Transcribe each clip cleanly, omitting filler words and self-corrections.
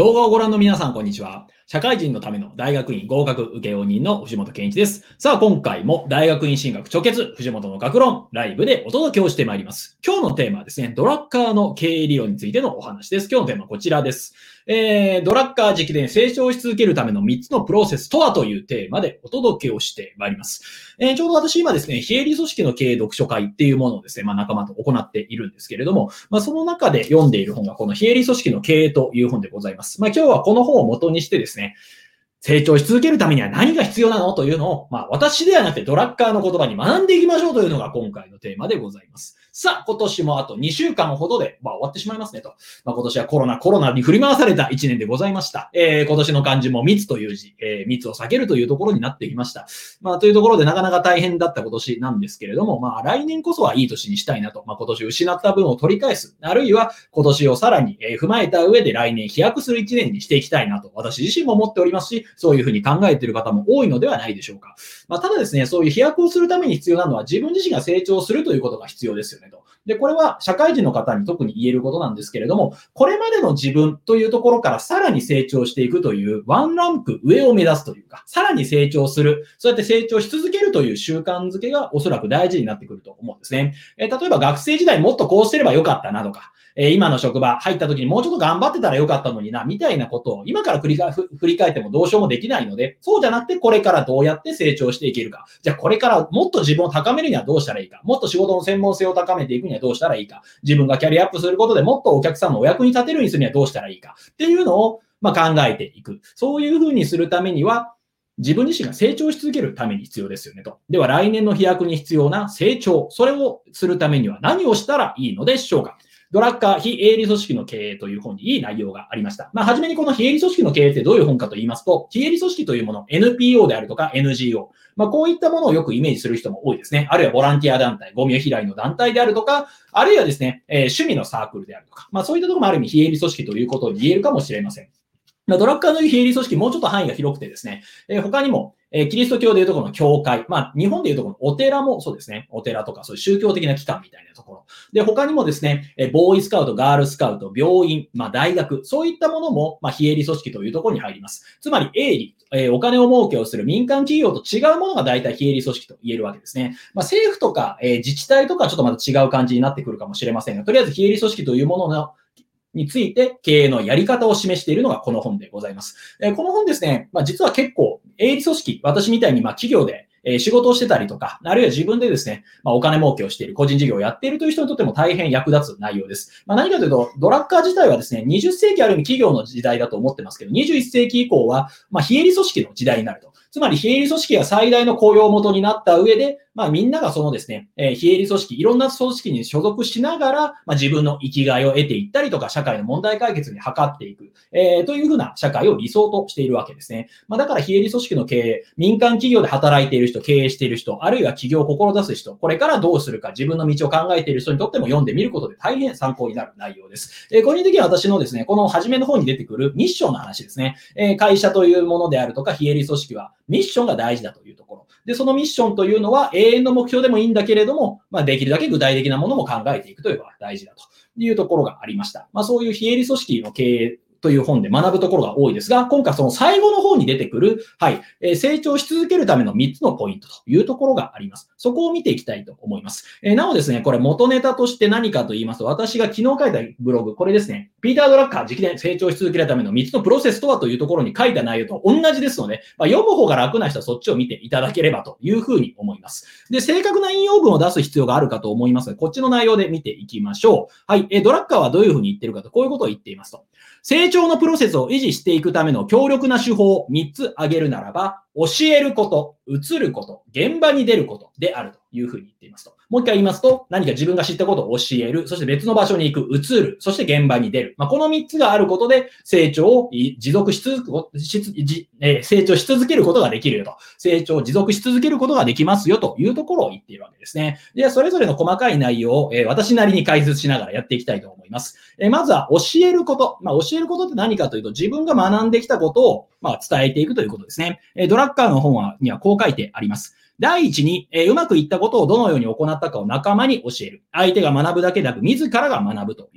動画をご覧の皆さん、こんにちは。社会人のための大学院合格請負人の藤本健一です。さあ、今回も大学院進学直結、藤本の学論、ライブでお届けをしてまいります。今日のテーマはですね、ドラッカーの経営理論についてのお話です。今日のテーマはこちらです。ドラッカー直伝成長し続けるための3つのプロセスとはというテーマでお届けをしてまいります。ちょうど私今ですね、非営利組織の経営読書会っていうものをですね、仲間と行っているんですけれども、その中で読んでいる本がこの非営利組織の経営という本でございます。今日はこの本を元にしてですね、成長し続けるためには何が必要なのというのを、私ではなくてドラッカーの言葉に学んでいきましょうというのが今回のテーマでございます。さあ、今年もあと2週間ほどで、終わってしまいますねと。今年はコロナに振り回された1年でございました。今年の漢字も密という字、密を避けるというところになってきました。というところでなかなか大変だった今年なんですけれども、来年こそはいい年にしたいなと。今年失った分を取り返す。あるいは今年をさらに踏まえた上で来年飛躍する1年にしていきたいなと。私自身も思っておりますし、そういうふうに考えている方も多いのではないでしょうか。ただですね、そういう飛躍をするために必要なのは自分自身が成長するということが必要ですよねと。で、これは社会人の方に特に言えることなんですけれども、これまでの自分というところからさらに成長していくというワンランク上を目指すというか、さらに成長する、そうやって成長し続けるという習慣づけがおそらく大事になってくると思うんですね。例えば学生時代もっとこうしてればよかったなとか、今の職場入った時にもうちょっと頑張ってたらよかったのにな、みたいなことを今から振り返ってもどうしようもできないので、そうじゃなくてこれからどうやって成長していけるか。じゃあこれからもっと自分を高めるにはどうしたらいいか。もっと仕事の専門性を高めていくにはどうしたらいいか。自分がキャリアアップすることでもっとお客さんのお役に立てるにするにはどうしたらいいか。っていうのを考えていく。そういうふうにするためには、自分自身が成長し続けるために必要ですよねと。では来年の飛躍に必要な成長。それをするためには何をしたらいいのでしょうか。ドラッカー非営利組織の経営という本にいい内容がありました。はじめにこの非営利組織の経営ってどういう本かと言いますと、非営利組織というもの、NPO であるとか NGO。こういったものをよくイメージする人も多いですね。あるいはボランティア団体、ゴミ拾いの団体であるとか、あるいはですね、趣味のサークルであるとか、そういったところもある意味非営利組織ということを言えるかもしれません。ドラッカーの非営利組織、もうちょっと範囲が広くてですね、他にも、キリスト教でいうところの教会、日本でいうところのお寺もそうですね、お寺とかそういう宗教的な機関みたいなところ。で、他にもですね、ボーイスカウト、ガールスカウト、病院、大学、そういったものも、非営利組織というところに入ります。つまり、営利、お金を儲けをする民間企業と違うものが大体非営利組織と言えるわけですね。政府とか、自治体とかちょっとまた違う感じになってくるかもしれませんが、とりあえず非営利組織というもののについて経営のやり方を示しているのがこの本でございます。この本ですね、実は結構営利組織、私みたいに企業で仕事をしてたりとか、あるいは自分でですね、お金儲けをしている、個人事業をやっているという人にとっても大変役立つ内容です。何かというと、ドラッカー自体はですね、20世紀ある意味企業の時代だと思ってますけど、21世紀以降は、非営利組織の時代になると。つまり非営利組織が最大の雇用元になった上で、みんながそのですね、非営利組織、いろんな組織に所属しながら、自分の生きがいを得ていったりとか、社会の問題解決に図っていく、というふうな社会を理想としているわけですね。だから非営利組織の経営、民間企業で働いている人、経営している人、あるいは起業を志す人、これからどうするか、自分の道を考えている人にとっても読んでみることで大変参考になる内容です。個人的には私のですね、この初めの方に出てくるミッションの話ですね。会社というものであるとか、非営利組織はミッションが大事だというところ。で、そのミッションというのは永遠の目標でもいいんだけれども、できるだけ具体的なものも考えていくというのが大事だというところがありました。そういう非営利組織の経営という本で学ぶところが多いですが、今回その最後の方に出てくる、成長し続けるための3つのポイントというところがあります。そこを見ていきたいと思います。なおですね、これ元ネタとして何かと言いますと、私が昨日書いたブログ、これですね、ピーター・ドラッカー直伝成長し続けるための3つのプロセスとはというところに書いた内容と同じですので、読む方が楽な人はそっちを見ていただければというふうに思います。で、正確な引用文を出す必要があるかと思いますので、こっちの内容で見ていきましょう。ドラッカーはどういうふうに言っているかと、こういうことを言っていますと。成長のプロセスを維持していくための強力な手法を3つ挙げるならば、教えること、移ること、現場に出ることであるというふうに言っていますと。もう一回言いますと、何か自分が知ったことを教える、そして別の場所に行く、移る、そして現場に出る。この3つがあることで成長を持続し続けることができるよと。成長を持続し続けることができますよというところを言っているわけですね。では、それぞれの細かい内容を私なりに解説しながらやっていきたいと思います。まずは教えること。教えることって何かというと、自分が学んできたことを伝えていくということですね。ドラッカーの本にはこう書いてあります。第一に、うまくいったことをどのように行ったかを仲間に教える。相手が学ぶだけでなく、自らが学ぶということ。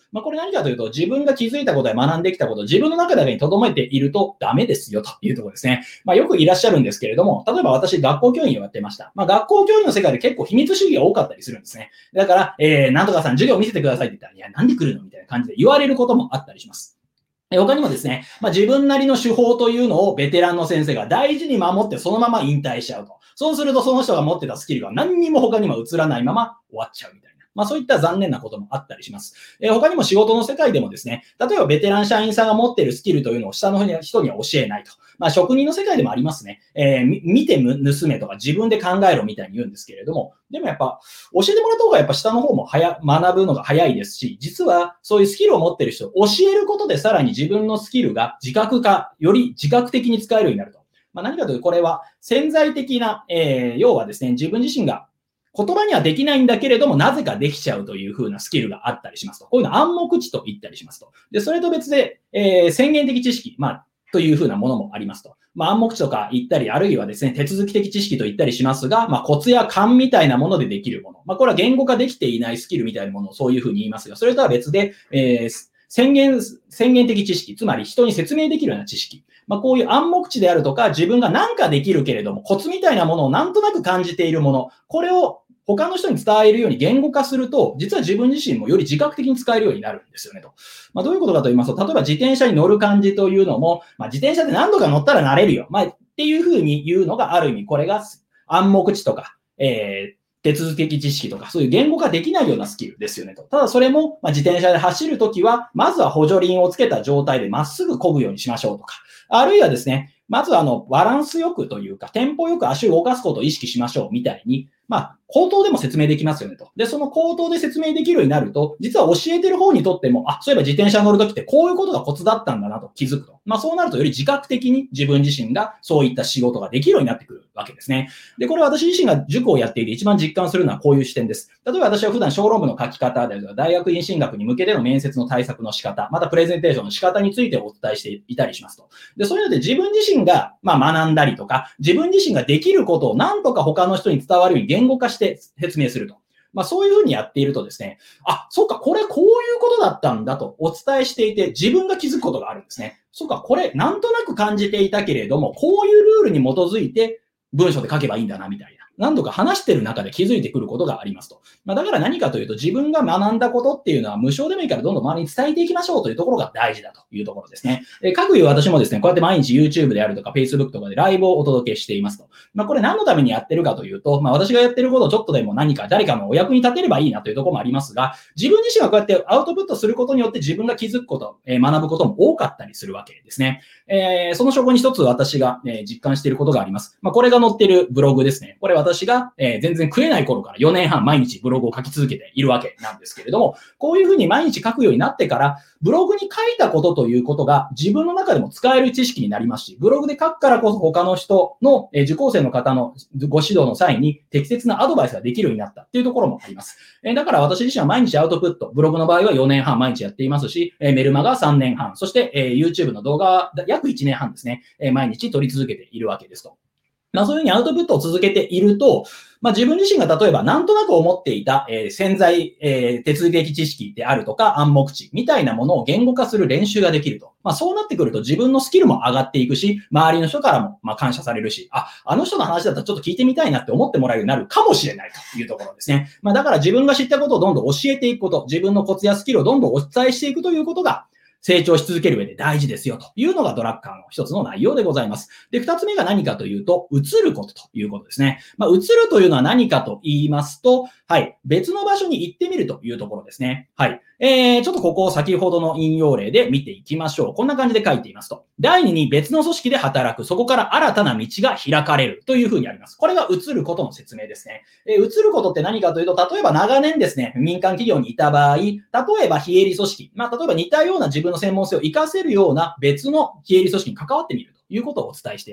これ何かというと、自分が気づいたことや学んできたこと、自分の中だけに留めているとダメですよというところですね。よくいらっしゃるんですけれども、例えば私、学校教員をやってました。学校教員の世界で結構秘密主義が多かったりするんですね。だから、なんとかさん授業を見せてくださいって言ったら、いや、なんで来るのみたいな感じで言われることもあったりします。他にもですね、自分なりの手法というのをベテランの先生が大事に守ってそのまま引退しちゃうと。そうするとその人が持ってたスキルが何にも他にも移らないまま終わっちゃうみたいな。そういった残念なこともあったりします。他にも仕事の世界でもですね、例えばベテラン社員さんが持っているスキルというのを下の人には教えないと。職人の世界でもありますね。見て盗めとか自分で考えろみたいに言うんですけれども、でもやっぱ教えてもらった方がやっぱ下の方も学ぶのが早いですし、実はそういうスキルを持っている人を教えることでさらに自分のスキルがより自覚的に使えるようになると。何かというとこれは潜在的な、要はですね、自分自身が言葉にはできないんだけれども、なぜかできちゃうという風なスキルがあったりしますと。こういうの暗黙知と言ったりしますと。で、それと別で、宣言的知識、という風なものもありますと。暗黙知とか言ったり、あるいはですね、手続き的知識と言ったりしますが、コツや勘みたいなものでできるもの。これは言語化できていないスキルみたいなものをそういう風に言いますが、それとは別で、宣言的知識、つまり人に説明できるような知識。こういう暗黙知であるとか、自分が何かできるけれども、コツみたいなものをなんとなく感じているもの、これを他の人に伝えるように言語化すると、実は自分自身もより自覚的に使えるようになるんですよねと。どういうことかと言いますと、例えば自転車に乗る感じというのも、自転車で何度か乗ったら慣れるよ。っていうふうに言うのがある意味、これが暗黙知とか、手続き的知識とか、そういう言語化できないようなスキルですよねと。ただそれも、自転車で走るときは、まずは補助輪をつけた状態でまっすぐ漕ぐようにしましょうとか、あるいはですね、まずはバランスよくというか、テンポよく足を動かすことを意識しましょうみたいに、口頭でも説明できますよねと。で、その口頭で説明できるようになると、実は教えてる方にとっても、そういえば自転車乗るときってこういうことがコツだったんだなと気づくと。そうなるとより自覚的に自分自身がそういった仕事ができるようになってくるわけですね。で、これは私自身が塾をやっていて一番実感するのはこういう視点です。例えば私は普段小論文の書き方であるとか、大学院進学に向けての面接の対策の仕方、またプレゼンテーションの仕方についてお伝えしていたりしますと。で、そういうので自分自身が学んだりとか、自分自身ができることを何とか他の人に伝わるように言語化して説明すると。そういうふうにやっているとですね、そうか、これこういうことだったんだとお伝えしていて自分が気づくことがあるんですね。そうか、これなんとなく感じていたけれども、こういうルールに基づいて文章で書けばいいんだな、みたいな。何度か話してる中で気づいてくることがありますと。だから何かというと、自分が学んだことっていうのは無償でもいいからどんどん周りに伝えていきましょうというところが大事だというところですね。各いう私もですね、こうやって毎日 YouTube であるとか Facebook とかでライブをお届けしていますと。これ何のためにやってるかというと、私がやってることをちょっとでも何か誰かのお役に立てればいいなというところもありますが、自分自身がこうやってアウトプットすることによって自分が気づくこと、学ぶことも多かったりするわけですね。その証拠に一つ私が、実感していることがあります。これが載っているブログですね。これ私が、全然食えない頃から4年半毎日ブログを書き続けているわけなんですけれども、こういうふうに毎日書くようになってから、ブログに書いたことということが自分の中でも使える知識になりますし、ブログで書くからこそ他の人の、受講生の方のご指導の際に適切なアドバイスができるようになったっていうところもあります。だから私自身は毎日アウトプット、ブログの場合は4年半毎日やっていますし、メルマガ3年半、そして、YouTube の動画は約1年半ですね、毎日撮り続けているわけですと。そういうふうにアウトプットを続けていると、自分自身が例えばなんとなく思っていた、潜在、手続き的知識であるとか暗黙知みたいなものを言語化する練習ができると。そうなってくると自分のスキルも上がっていくし、周りの人からも感謝されるし、あの人の話だったらちょっと聞いてみたいなって思ってもらえるようになるかもしれないというところですね。だから自分が知ったことをどんどん教えていくこと、自分のコツやスキルをどんどんお伝えしていくということが、成長し続ける上で大事ですよというのがドラッカーの一つの内容でございます。で、二つ目が何かというと、移ることということですね。移るというのは何かと言いますと、はい、別の場所に行ってみるというところですね。はい。ちょっとここを先ほどの引用例で見ていきましょう。こんな感じで書いていますと。第2に別の組織で働く、そこから新たな道が開かれるというふうにあります。これが移ることの説明ですね。移ることって何かというと、例えば長年ですね、民間企業にいた場合、例えば非営利組織、例えば似たような自分の専門性を活かせるような別の非営利組織に関わってみるということをお伝えして、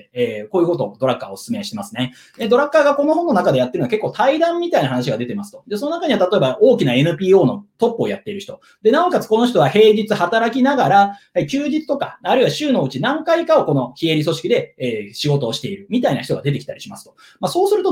こういうことをドラッカーはお勧めしてますね。ドラッカーがこの本の中でやってるのは結構対談みたいな話が出てますと。で、その中には例えば大きな NPO のトップをやっている人。で、なおかつこの人は平日働きながら、休日とか、あるいは週のうち何回かをこの非営利組織で、仕事をしているみたいな人が出てきたりしますと。そうすると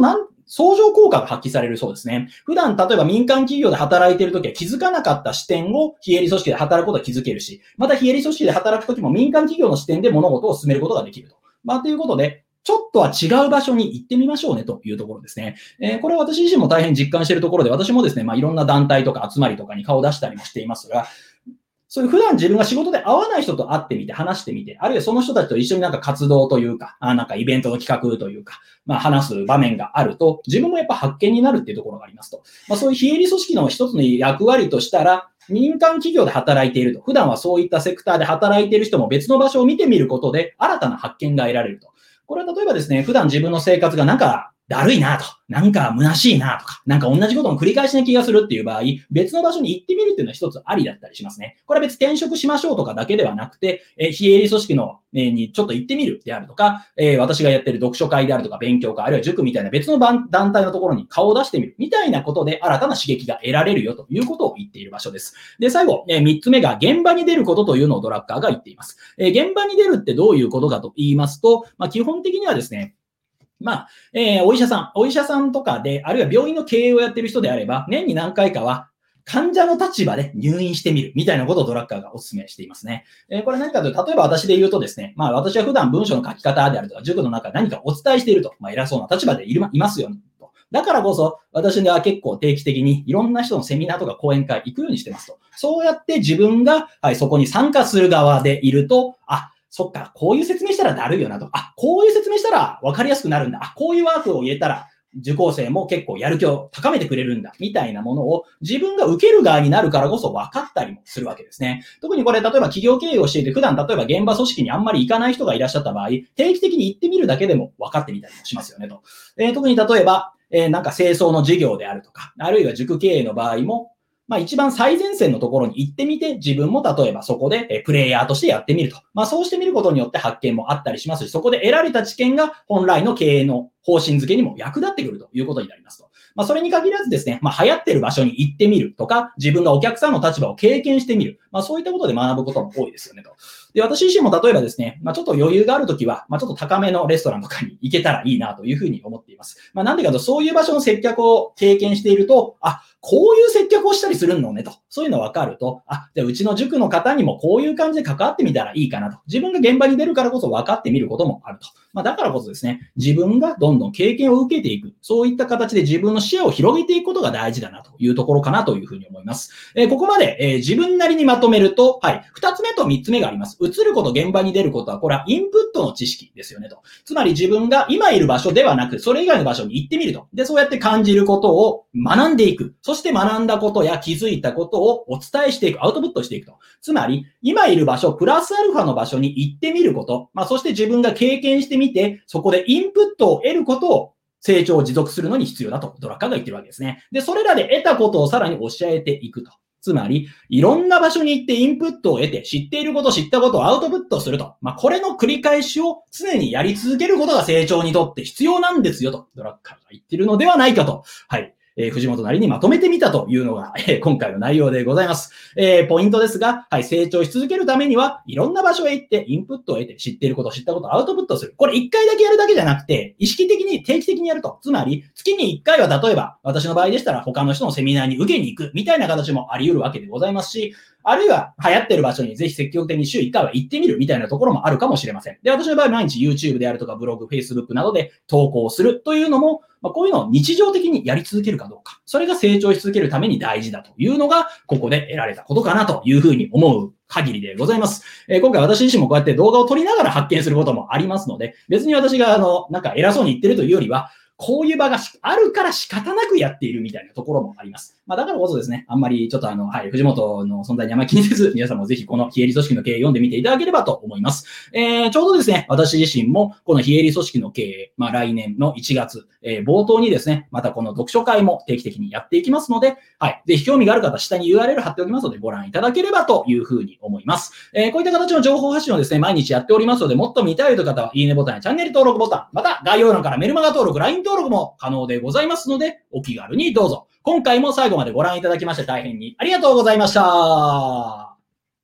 相乗効果が発揮されるそうですね。普段、例えば民間企業で働いているときは気づかなかった視点を非営利組織で働くことは気づけるし、また非営利組織で働くときも民間企業の視点で物事を進めることができると。ということで、ちょっとは違う場所に行ってみましょうねというところですね。これは私自身も大変実感しているところで、私もですね、いろんな団体とか集まりとかに顔を出したりもしていますが、そういう普段自分が仕事で会わない人と会ってみて、話してみて、あるいはその人たちと一緒に活動というか、イベントの企画というか、話す場面があると、自分もやっぱ発見になるっていうところがありますと。そういう非営利組織の一つの役割としたら、民間企業で働いていると。普段はそういったセクターで働いている人も別の場所を見てみることで、新たな発見が得られると。これは例えばですね、普段自分の生活がだるいなと、虚しいなとか、同じことの繰り返しな気がするっていう場合、別の場所に行ってみるっていうのは一つありだったりしますね。これは別に転職しましょうとかだけではなくて、非営利組織の、にちょっと行ってみるであるとか、私がやっている読書会であるとか勉強会、あるいは塾みたいな別の団体のところに顔を出してみるみたいなことで新たな刺激が得られるよということを言っている場所です。で、最後、3つ目が現場に出ることというのをドラッカーが言っています。現場に出るってどういうことかと言いますと、基本的にはですね、お医者さんとかで、あるいは病院の経営をやっている人であれば、年に何回かは患者の立場で入院してみるみたいなことをドラッカーがお勧めしていますね。これ何かというと、例えば私で言うとですね、私は普段文章の書き方であるとか、塾の中で何かお伝えしていると、偉そうな立場でいますよね。だからこそ、私は結構定期的にいろんな人のセミナーとか講演会行くようにしてますと。そうやって自分が、そこに参加する側でいると、そっか、こういう説明したらだるいよなと。こういう説明したら分かりやすくなるんだ。こういうワークを入れたら、受講生も結構やる気を高めてくれるんだ。みたいなものを自分が受ける側になるからこそ分かったりもするわけですね。特にこれ、例えば企業経営をしていて、普段例えば現場組織にあんまり行かない人がいらっしゃった場合、定期的に行ってみるだけでも分かってみたりもしますよねと。特に例えば、清掃の事業であるとか、あるいは塾経営の場合も、一番最前線のところに行ってみて、自分も例えばそこでプレイヤーとしてやってみると。そうしてみることによって発見もあったりしますし、そこで得られた知見が本来の経営の方針付けにも役立ってくるということになりますと。それに限らずですね、流行ってる場所に行ってみるとか、自分がお客さんの立場を経験してみる。そういったことで学ぶことも多いですよねと。で、私自身も例えばですね、ちょっと余裕があるときは、ちょっと高めのレストランとかに行けたらいいなというふうに思っています。なんでかと、そういう場所の接客を経験していると、こういう接客をしたりするのねと。そういうの分かると、じゃあうちの塾の方にもこういう感じで関わってみたらいいかなと。自分が現場に出るからこそ分かってみることもあると。だからこそですね、自分がどんどん経験を受けていく。そういった形で自分の視野を広げていくことが大事だなというところかなというふうに思います。ここまで、自分なりにまとめると、二つ目と三つ目があります。映ること、現場に出ることは、これはインプットの知識ですよねと。つまり自分が今いる場所ではなく、それ以外の場所に行ってみると。で、そうやって感じることを学んでいく。そして学んだことや気づいたことをお伝えしていく。アウトプットしていくと。つまり、今いる場所、プラスアルファの場所に行ってみること。そして自分が経験してみて、そこでインプットを得ることを成長を持続するのに必要だとドラッカーが言ってるわけですね。で、それらで得たことをさらに教えていくと。つまり、いろんな場所に行ってインプットを得て、知っていること、知ったことをアウトプットすると。これの繰り返しを常にやり続けることが成長にとって必要なんですよと、ドラッカーが言ってるのではないかと。藤本なりにまとめてみたというのが、今回の内容でございます。ポイントですが、成長し続けるためには、いろんな場所へ行って、インプットを得て、知っていること、知ったことをアウトプットする。これ一回だけやるだけじゃなくて、意識的に定期的にやると。つまり、月に一回は例えば、私の場合でしたら、他の人のセミナーに受けに行く、みたいな形もあり得るわけでございますし、あるいは流行ってる場所にぜひ積極的に週1回は行ってみるみたいなところもあるかもしれません。で、私の場合毎日 YouTube であるとかブログ、Facebook などで投稿するというのも、こういうのを日常的にやり続けるかどうか。それが成長し続けるために大事だというのが、ここで得られたことかなというふうに思う限りでございます。今回私自身もこうやって動画を撮りながら発見することもありますので、別に私が偉そうに言ってるというよりは、こういう場があるから仕方なくやっているみたいなところもあります。だからこそですね、あんまりちょっと藤本の存在にあまり気にせず、皆さんもぜひこの非営利組織の経営を読んでみていただければと思います。ちょうどですね、私自身もこの非営利組織の経営、来年の1月、冒頭にですね、またこの読書会も定期的にやっていきますので、ぜひ興味がある方、下に URL 貼っておきますのでご覧いただければというふうに思います。こういった形の情報発信をですね、毎日やっておりますので、もっと見たいという方は、いいねボタンやチャンネル登録ボタン、また概要欄からメルマガ登録、LINE 登録も可能でございますので、お気軽にどうぞ。今回も最後までご覧いただきまして大変にありがとうございました。